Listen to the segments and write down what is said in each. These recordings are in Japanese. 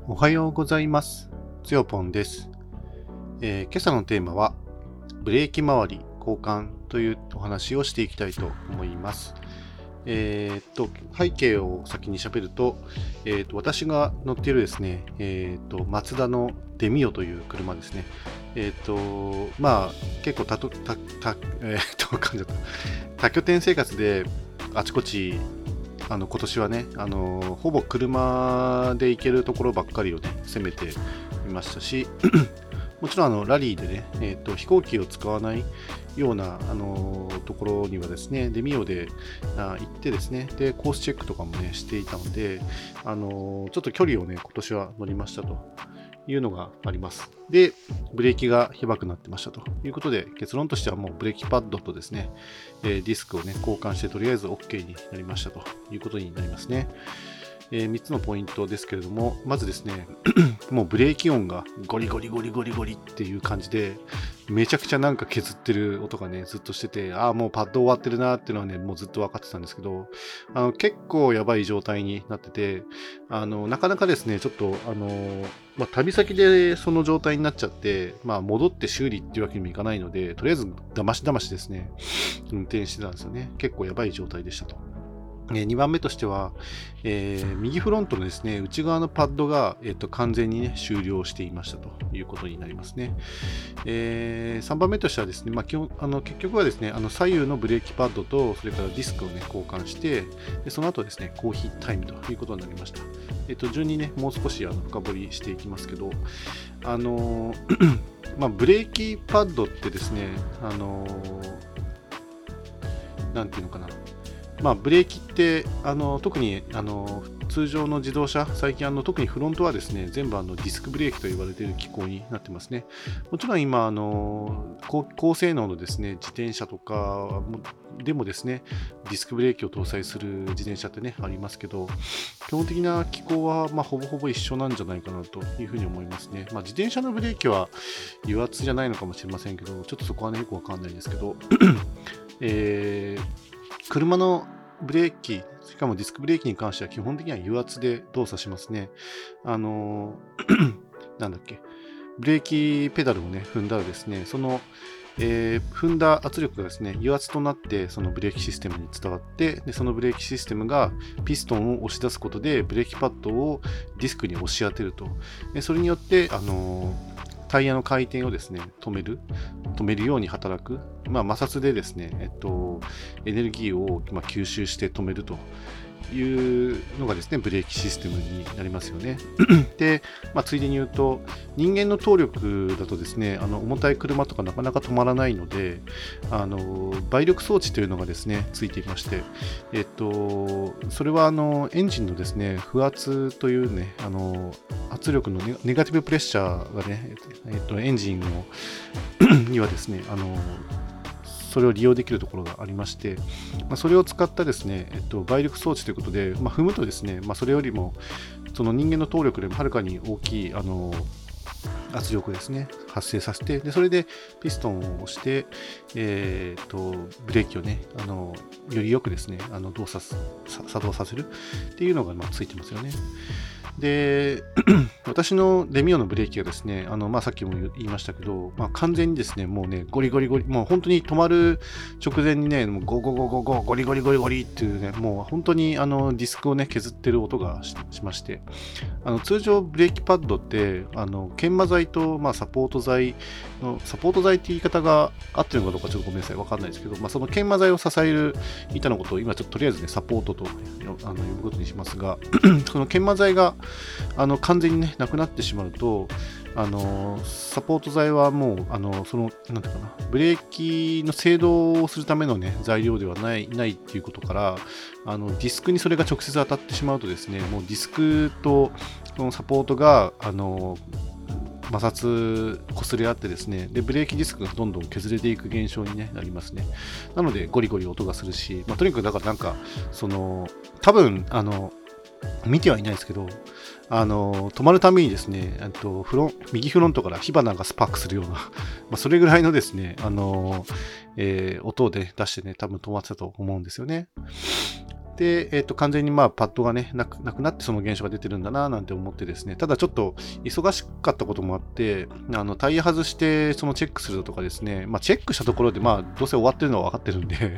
おはようございます。つよぽんです。今朝のテーマはブレーキ周り交換というお話をしていきたいと思います。背景を先に喋ると、私が乗っているですね、マツダのデミオという車ですね。結構噛んじゃった多拠点生活であちこち今年はね、ほぼ車で行けるところばっかりをね、攻めてみましたし、もちろんラリーでね、飛行機を使わないような、ところにはですね、デミオで行ってですね、で、コースチェックとかもね、していたので、ちょっと距離をね、今年は乗りましたというのがあります。で、ブレーキがやばくなってましたということで、結論としてはもうブレーキパッドとですね、ディスクをね、交換してとりあえず OK になりましたということになりますね。3つのポイントですけれども、まずですね、もうブレーキ音がゴリゴリゴリゴリゴリっていう感じで、めちゃくちゃなんか削ってる音がね、ずっとしてて、もうパッド終わってるなっていうのはね、もうずっと分かってたんですけど、結構やばい状態になってて、なかなかですね、ちょっと、旅先でその状態になっちゃって、戻って修理っていうわけにもいかないので、とりあえずだましだましですね、運転してたんですよね。結構やばい状態でしたと。2番目としては、右フロントのですね、内側のパッドが、完全に、ね、終了していましたということになりますね。3番目としてはですね、結局はですね、左右のブレーキパッドと、それからディスクを、ね、交換して、でその後ですね、コーヒータイムということになりました。順にね、もう少し深掘りしていきますけど、ブレーキパッドってですね、なんていうのかな、ブレーキって特に通常の自動車、最近特にフロントはですね、全部ディスクブレーキと言われている機構になってますね。もちろん今高性能のですね、自転車とかでもですね、ディスクブレーキを搭載する自転車ってね、ありますけど、基本的な機構はほぼほぼ一緒なんじゃないかなというふうに思いますね。自転車のブレーキは油圧じゃないのかもしれませんけど、ちょっとそこはね、よくわかんないですけど、車のブレーキ、しかもディスクブレーキに関しては基本的には油圧で動作しますね。なんだっけ、ブレーキペダルをね、踏んだらですね、その、踏んだ圧力がですね、油圧となってそのブレーキシステムに伝わって、でそのブレーキシステムがピストンを押し出すことでブレーキパッドをディスクに押し当てると。それによって、タイヤの回転をですね、止めるように働く、摩擦でですね、エネルギーを吸収して止めるというのがですね、ブレーキシステムになりますよね。で、ついでに言うと、人間の動力だとですね、重たい車とかなかなか止まらないので、倍力装置というのがですね、ついていまして、それはエンジンのですね、負圧というね、圧力のネガティブプレッシャーがね、エンジンにはですね、それを利用できるところがありまして、それを使ったですね、倍力装置ということで、踏むとですね、それよりもその人間の動力でもはるかに大きい圧力ですね、発生させて、でそれでピストンを押して、ブレーキをね、よりよくですね、作動させるっていうのがついてますよね。で、私のデミオのブレーキがですね、さっきも言いましたけど、完全にですね、もうね、ゴリゴリゴリ、もう本当に止まる直前にね、もうゴゴゴゴゴ、ゴリゴリゴリゴリっていうね、もう本当にディスクをね、削ってる音が しまして、通常ブレーキパッドって、研磨剤と、サポート剤って言い方が合ってるのかどうかちょっとごめんなさい、わかんないですけど、その研磨剤を支える板のことを今ちょっととりあえずね、サポートと呼ぶことにしますが、その研磨剤が完全にね、なくなってしまうと、サポート剤はもう、なんていうかな、ブレーキの制動をするためのね、材料ではないっていうことから、ディスクにそれが直接当たってしまうとですね、もうディスクとそのサポートが、摩擦、擦れ合ってですね、で、ブレーキディスクがどんどん削れていく現象に、なりますね。なので、ゴリゴリ音がするし、とにかくだからなんか、多分、見てはいないですけど、止まるたびにですね、右フロントから火花がスパークするような、それぐらいのですね、音で出してね、多分止まってたと思うんですよね。 で、完全にパッドがね、なくなってその現象が出てるんだな、なんて思ってですね、ただちょっと忙しかったこともあって、タイヤ外して、そのチェックするとかですね、チェックしたところで、どうせ終わってるのは分かってるんで、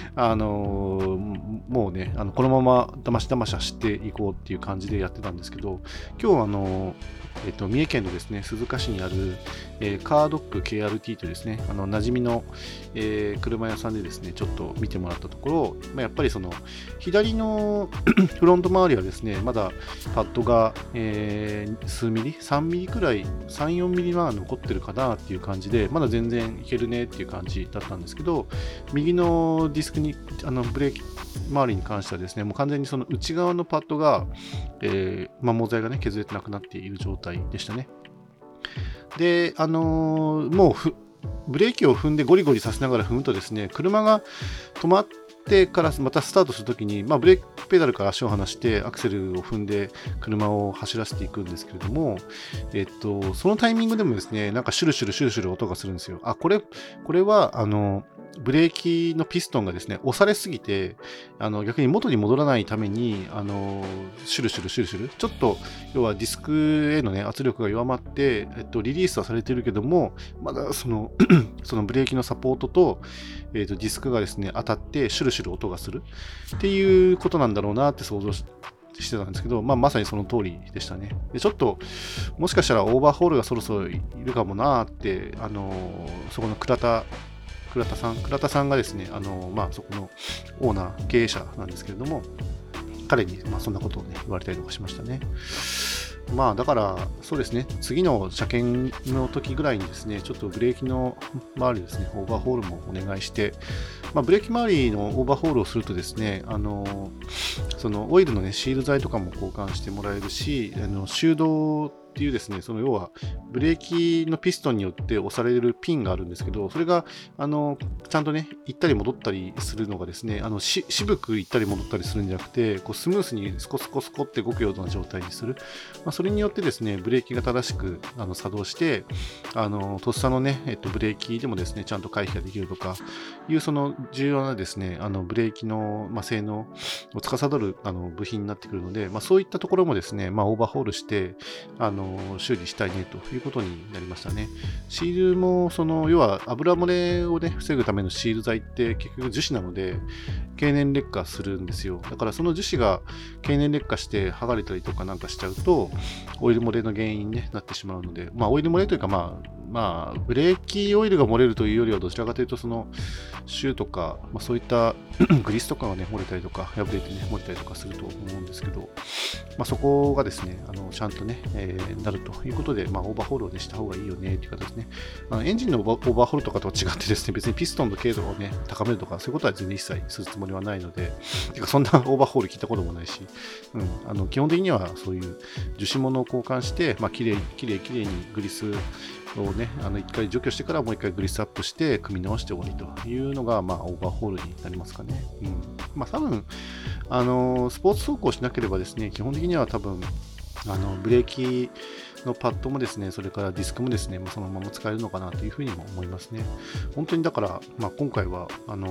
もうね、このままだまし走っていこうっていう感じでやってたんですけど、今日三重県のですね、鈴鹿市にある、カードック KRT というですね、馴染みの、車屋さんでですね、ちょっと見てもらったところ、やっぱりその、左のフロント周りはですね、まだパッドが、数ミリ ?3 ミリくらい、3、4ミリは残ってるかなっていう感じで、まだ全然いけるねっていう感じだったんですけど、右のディスクに、ブレーキ周りに関してはですね、もう完全にその内側のパッドが、摩耗材がね、削れてなくなっている状態でしたね。で、もうブレーキを踏んでゴリゴリさせながら踏むとですね、車が止まってからまたスタートするときに、ブレーキペダルから足を離してアクセルを踏んで車を走らせていくんですけれども、そのタイミングでもですね、なんかシュルシュル音がするんですよ。これはブレーキのピストンがですね、押されすぎて、逆に元に戻らないために、シュルシュル、ちょっと、要はディスクへのね、圧力が弱まって、リリースはされてるけども、まだそのブレーキのサポートと、ディスクがですね、当たって、シュルシュル音がするっていうことなんだろうなって想像してたんですけど、まさにその通りでしたね。でちょっと、もしかしたらオーバーホールがそろそろいるかもなーって、そこの倉田さんがですね、そこのオーナー、経営者なんですけれども、彼にそんなことをね、言われたりとかしましたね。だから、そうですね、次の車検の時ぐらいにですね、ちょっとブレーキの周りですね、オーバーホールもお願いして、ブレーキ周りのオーバーホールをするとですね、そのオイルのね、シール剤とかも交換してもらえるし、手動っていうですね、その要はブレーキのピストンによって押されるピンがあるんですけど、それがちゃんとね、行ったり戻ったりするのがですね、渋く行ったり戻ったりするんじゃなくて、こうスムースにスコって動くような状態にする。それによってですね、ブレーキが正しく作動して、とっさのね、ブレーキでもですね、ちゃんと回避ができるとかいう、その重要なですね、ブレーキの、性能を司る部品になってくるので、そういったところもですね、オーバーホールして、修理したいねということになりましたね。シールも、要は油漏れをね、防ぐためのシール剤って結局樹脂なので、経年劣化するんですよ。だからその樹脂が経年劣化して剥がれたりとかなんかしちゃうと、オイル漏れの原因に、なってしまうので、オイル漏れというか、ブレーキオイルが漏れるというよりは、どちらかというと、その、シューとか、そういったグリスとかがね、漏れたりとか、破れてね、漏れたりとかすると思うんですけど、そこがですね、ちゃんとね、なるということで、オーバーホールをね、した方がいいよね、という形ですね。エンジンのオーバーホールとかとは違ってですね、別にピストンの軽度をね、高めるとか、そういうことは全然一切するつもりはないので、てかそんなオーバーホール聞いたこともないし、基本的にはそういう樹脂物を交換して、きれいにグリスをね、一回除去してからもう一回グリスアップして組み直して終わりというのが、オーバーホールになりますかね。多分、スポーツ走行しなければですね、基本的には多分、ブレーキのパッドもですね、それからディスクもですね、そのまま使えるのかなというふうにも思いますね。本当にだから、今回は、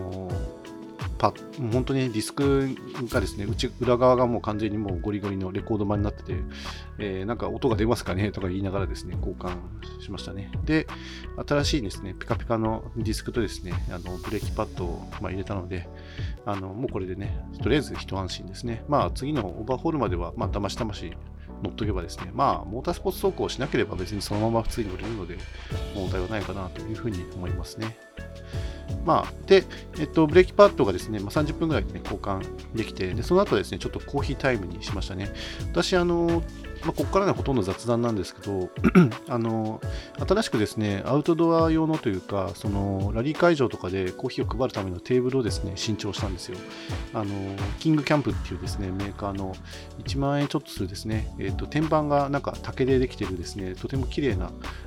本当にディスクがですね、裏側がもう完全にもうゴリゴリのレコード版になってて、なんか音が出ますかねとか言いながらですね、交換しましたね。で、新しいですね、ピカピカのディスクとですね、ブレーキパッドを入れたので、もうこれでね、とりあえず一安心ですね。次のオーバーホールまでは、だまし乗っとけばですね、モータースポーツ走行をしなければ別にそのまま普通に乗れるので、問題はないかなというふうに思いますね。で、ブレーキパッドがですね、30分ぐらいで、ね、交換できて、で、その後ですね、ちょっとコーヒータイムにしましたね。私、ここからはほとんど雑談なんですけど、新しくですね、アウトドア用のというか、そのラリー会場とかでコーヒーを配るためのテーブルをですね、新調したんですよ。キングキャンプっていうですね、メーカーの1万円ちょっとするですね、天板がなんか竹でできているですね、とても綺麗な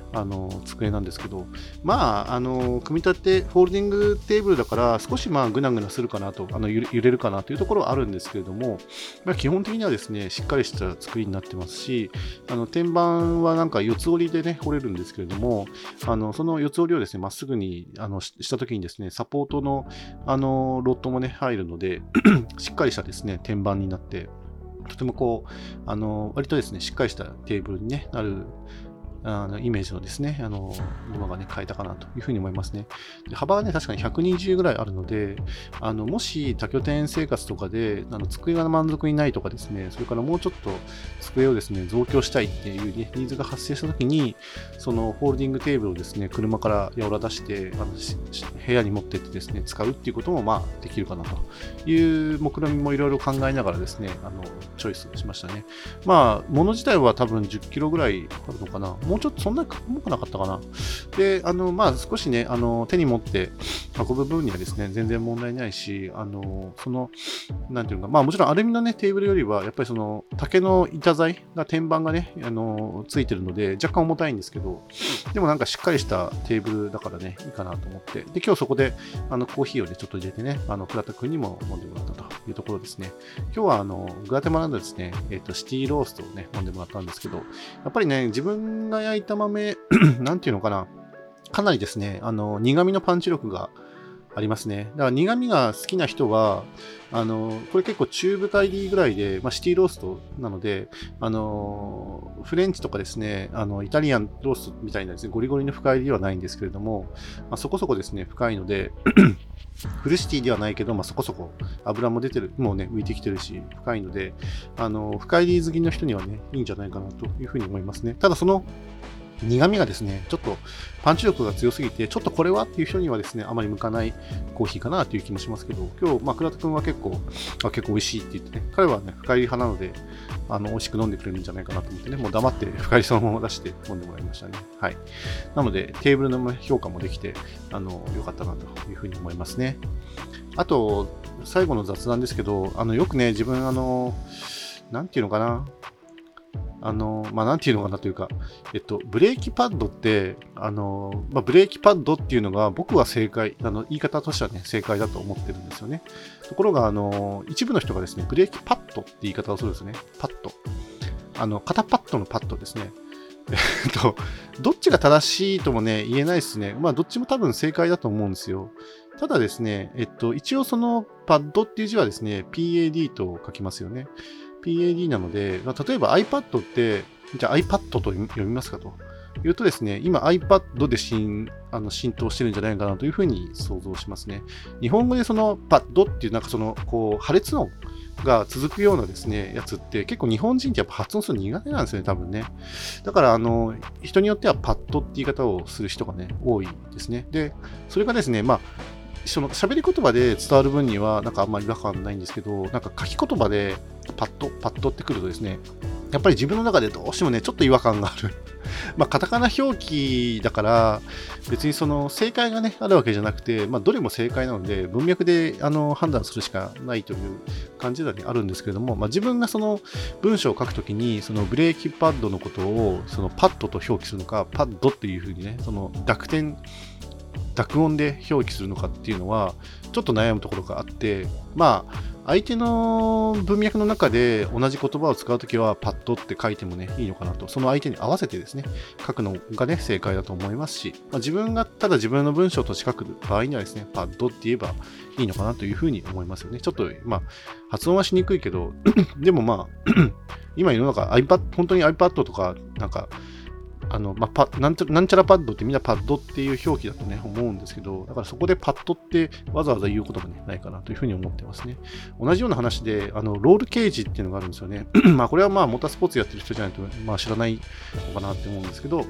机なんですけど、組み立て、フォールディングテーブルだから少しグナグナするかなと、揺れるかなというところはあるんですけれども、基本的にはですね、しっかりした作りになってますし、天板はなんか四つ折りでね、掘れるんですけれども、その四つ折りをですね、まっすぐに、したときにですね、サポートの、ロッドもね、入るので、しっかりしたですね、天板になって、とても割とですね、しっかりしたテーブルに、ね、なるイメージのですね、ものがね、変えたかなというふうに思いますね。で幅がね、確かに120ぐらいあるので、もし多拠点生活とかで、机が満足にないとかですね、それからもうちょっと机をですね、増強したいっていう、ね、ニーズが発生したときに、そのホールディングテーブルをですね、車からやおら出して、部屋に持ってってですね、使うっていうことも、できるかなという目論見もいろいろ考えながらですね、チョイスしましたね。物自体は多分10キロぐらいあるのかな。もうちょっとそんなに重くなかったかな。で、少しね、手に持って運ぶ分にはですね、全然問題ないし、なんていうか、もちろんアルミのね、テーブルよりは、やっぱりその、竹の板材が、天板がね、ついてるので、若干重たいんですけど、でもなんかしっかりしたテーブルだからね、いいかなと思って、で、今日そこで、コーヒーをね、ちょっと入れてね、倉田くんにも飲んでもらったというところですね。今日は、グアテマラのですね、シティローストをね、飲んでもらったんですけど、やっぱりね、自分が焼いた豆、なんていうのかな、かなりですね、苦味のパンチ力がありますね。だから苦味が好きな人は、これ結構中深入りぐらいで、シティローストなので、フレンチとかですね、イタリアンローストみたいなですね、ゴリゴリの深入りではないんですけれども、そこそこですね、深いので、フルシティではないけど、そこそこ油も出てる、もうね、浮いてきてるし、深いので、深入り好きの人にはね、いいんじゃないかなというふうに思いますね。ただその苦味がですね、ちょっとパンチ力が強すぎて、ちょっとこれはっていう人にはですね、あまり向かないコーヒーかなという気もしますけど、今日、倉田くんは結構美味しいって言ってね、彼はね、深入り派なので、美味しく飲んでくれるんじゃないかなと思ってね、もう黙って深入りそのまま出して飲んでもらいましたね。はい。なので、テーブルの評価もできて、良かったなというふうに思いますね。あと、最後の雑談ですけど、よくね、自分、なんていうのかな、なんていうのかなというか、ブレーキパッドって、ブレーキパッドっていうのが僕は正解、言い方としてはね、正解だと思ってるんですよね。ところが、一部の人がですね、ブレーキパッドって言い方をするんですね。パッド。肩パッドのパッドですね。どっちが正しいともね、言えないですね。どっちも多分正解だと思うんですよ。ただですね、一応そのパッドっていう字はですね、PAD と書きますよね。PAD なので、例えば iPad って、じゃあ iPad と読みますかというとですね、今 iPad で浸透してるんじゃないかなというふうに想像しますね。日本語でそのパッドっていうなんかその破裂音が続くようなですね、やつって結構日本人ってやっぱ発音するの苦手なんですよね、多分ね。だから人によってはパッドって言い方をする人がね、多いですね。で、それがですね、その喋り言葉で伝わる分にはなんかあんまり違和感ないんですけど、なんか書き言葉でパッドってくるとですね、やっぱり自分の中でどうしてもね、ちょっと違和感がある。カタカナ表記だから、別にその正解がね、あるわけじゃなくて、どれも正解なので、文脈で判断するしかないという感じでは、ね、あるんですけれども、自分がその文章を書くときに、そのブレーキパッドのことを、そのパッドと表記するのか、パッドっていうふうにね、その濁音で表記するのかっていうのは、ちょっと悩むところがあって、相手の文脈の中で同じ言葉を使うときはパッドって書いてもね、いいのかなと。その相手に合わせてですね、書くのがね、正解だと思いますし、自分がただ自分の文章として書く場合にはですね、パッドって言えばいいのかなというふうに思いますよね。ちょっと、発音はしにくいけど、でも今世の中本当に iPad とか、なんか、なんちゃらパッドってみんなパッドっていう表記だとね、思うんですけど、だからそこでパッドってわざわざ言うことがね、ないかなというふうに思ってますね。同じような話で、ロールケージっていうのがあるんですよね。これはモータースポーツやってる人じゃないと、知らないのかなって思うんですけど、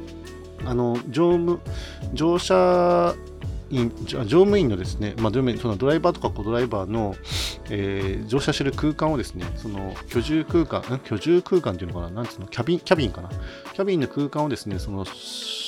乗務員のですね、そのドライバーとかコドライバーの、乗車している空間をですね、その居住空間っていうのかな、なんつうの、キャビンかな。キャビンの空間をですね、その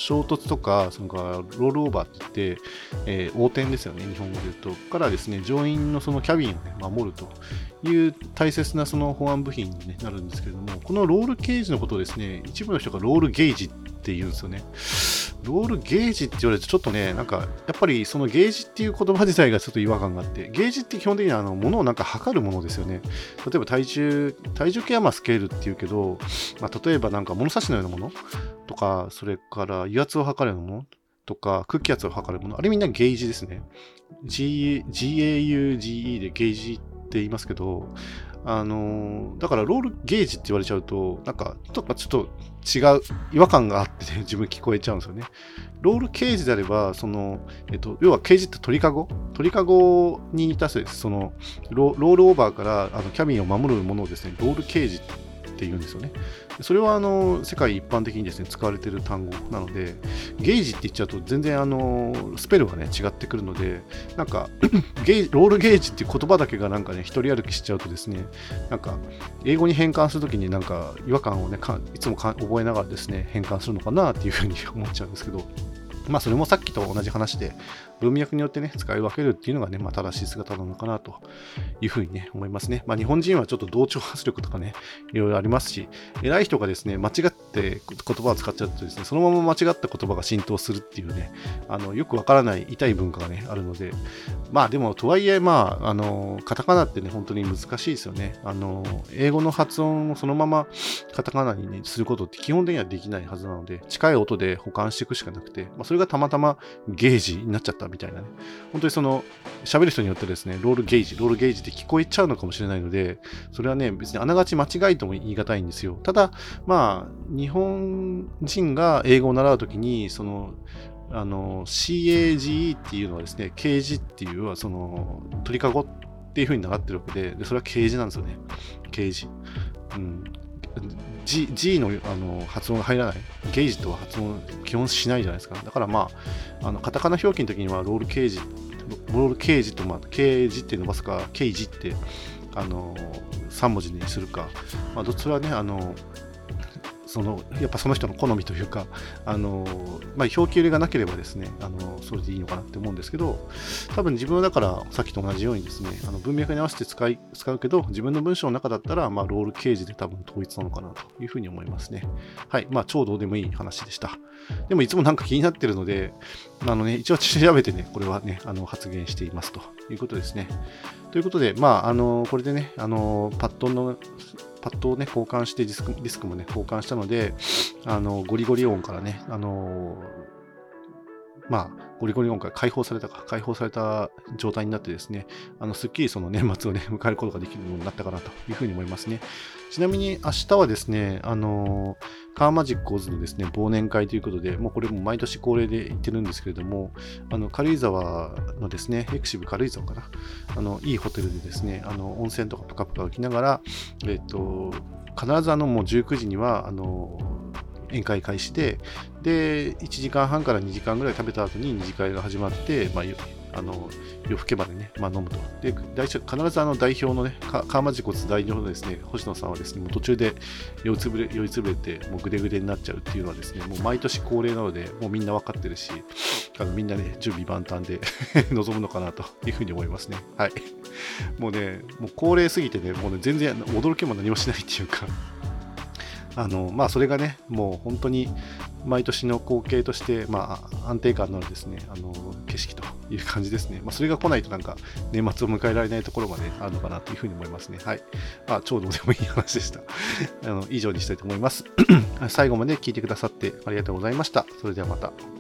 衝突とか、そのロールオーバーって言って、横転ですよね、日本語で言うと、からですね、乗員のそのキャビンを、ね、守るという大切なその保安部品に、ね、なるんですけれども、このロールケージのことをですね、一部の人がロールゲージって言うんですよね。ロールゲージって言われるとちょっとね、なんかやっぱりそのゲージっていう言葉自体がちょっと違和感があって、ゲージって基本的には物をなんか測るものですよね。例えば体重計はスケールっていうけど、例えばなんか物差しのようなものとか、それから油圧を測るようなものとか、空気圧を測るもの、あれみんなゲージですね。GAUGE でゲージって言いますけど、だからロールゲージって言われちゃうと、なんかちょっと違う違和感があって、ね、自分聞こえちゃうんですよね。ロールケージであれば、要はケージって鳥かごに似たせです。ロールオーバーからキャビンを守るものをですね、ロールケージって言うんですよね。それは世界一般的にですね、使われている単語なので、ゲージって言っちゃうと全然スペルがね、違ってくるので、なんかロールゲージっていう言葉だけがなんかね、一人歩きしちゃうとですね、なんか英語に変換するときになんか違和感をね、いつも覚えながらですね、変換するのかなっていうふうに思っちゃうんですけど、それもさっきと同じ話で、文脈によってね、使い分けるっていうのがね、正しい姿なのかなというふうにね、思いますね。日本人はちょっと同調圧力とかね、いろいろありますし、偉い人がですね、間違って言葉を使っちゃうとですね、そのまま間違った言葉が浸透するっていうね、よくわからない痛い文化がね、あるので、でも、とはいえ、カタカナってね、本当に難しいですよね。英語の発音をそのままカタカナに、ね、することって基本的にはできないはずなので、近い音で補完していくしかなくて、それがたまたまゲージになっちゃったみたいなね。本当に喋る人によってですね、ロールゲージって聞こえちゃうのかもしれないので、それはね、別にあながち間違いとも言い難いんですよ。ただ、日本人が英語を習うときに、CAGE っていうのはですね、ケージっていうのは鳥かごっていう風に習ってるわけで、それはケージなんですよね。ケージ。G の、発音が入らない。ゲージとは発音基本しないじゃないですか。だからカタカナ表記の時にはロールケージと、ケージって伸ばすか、ケージって、3文字にするか。どちらはね、やっぱその人の好みというか、表記入れがなければですね、それでいいのかなって思うんですけど、多分自分はだからさっきと同じようにですね、文脈に合わせて使うけど、自分の文章の中だったら、ロールケージで多分統一なのかなというふうに思いますね。はい。超どうでもいい話でした。でもいつもなんか気になってるので、一応調べてね、これはね、発言していますということですね。ということで、これでね、パッドをね、交換して、ディスクもね、交換したので、ゴリゴリ音からね、ゴリゴリ音から解放された状態になってですね、すっきりその年末をね、迎えることができるようになったかなというふうに思いますね。ちなみに明日はですね、カーマジックオズのですね、忘年会ということで、もうこれも毎年恒例で言ってるんですけれども、軽井沢のですね、エクシブ軽井沢かな、いいホテルでですね、温泉とかプカプカ浮きながら、必ずもう19時には、宴会開始で、1時間半から2時間ぐらい食べた後に二次会が始まって、夜更けまでね、飲むと。で、必ず代表のね、カーマジコツ代表のですね、星野さんはですね、もう途中で酔いつぶれて、もうグデグデになっちゃうっていうのはですね、もう毎年恒例なので、もうみんな分かってるし、みんなね、準備万端で臨むのかなというふうに思いますね。はい。もうね、もう恒例すぎてね、もうね、全然驚きも何もしないっていうか、それがね、もう本当に毎年の光景として、安定感のあるですね、景色という感じですね。それが来ないとなんか年末を迎えられないところまであるのかなというふうに思いますね。はい。超どうでもいい話でした。以上にしたいと思います。最後まで聞いてくださってありがとうございました。それではまた。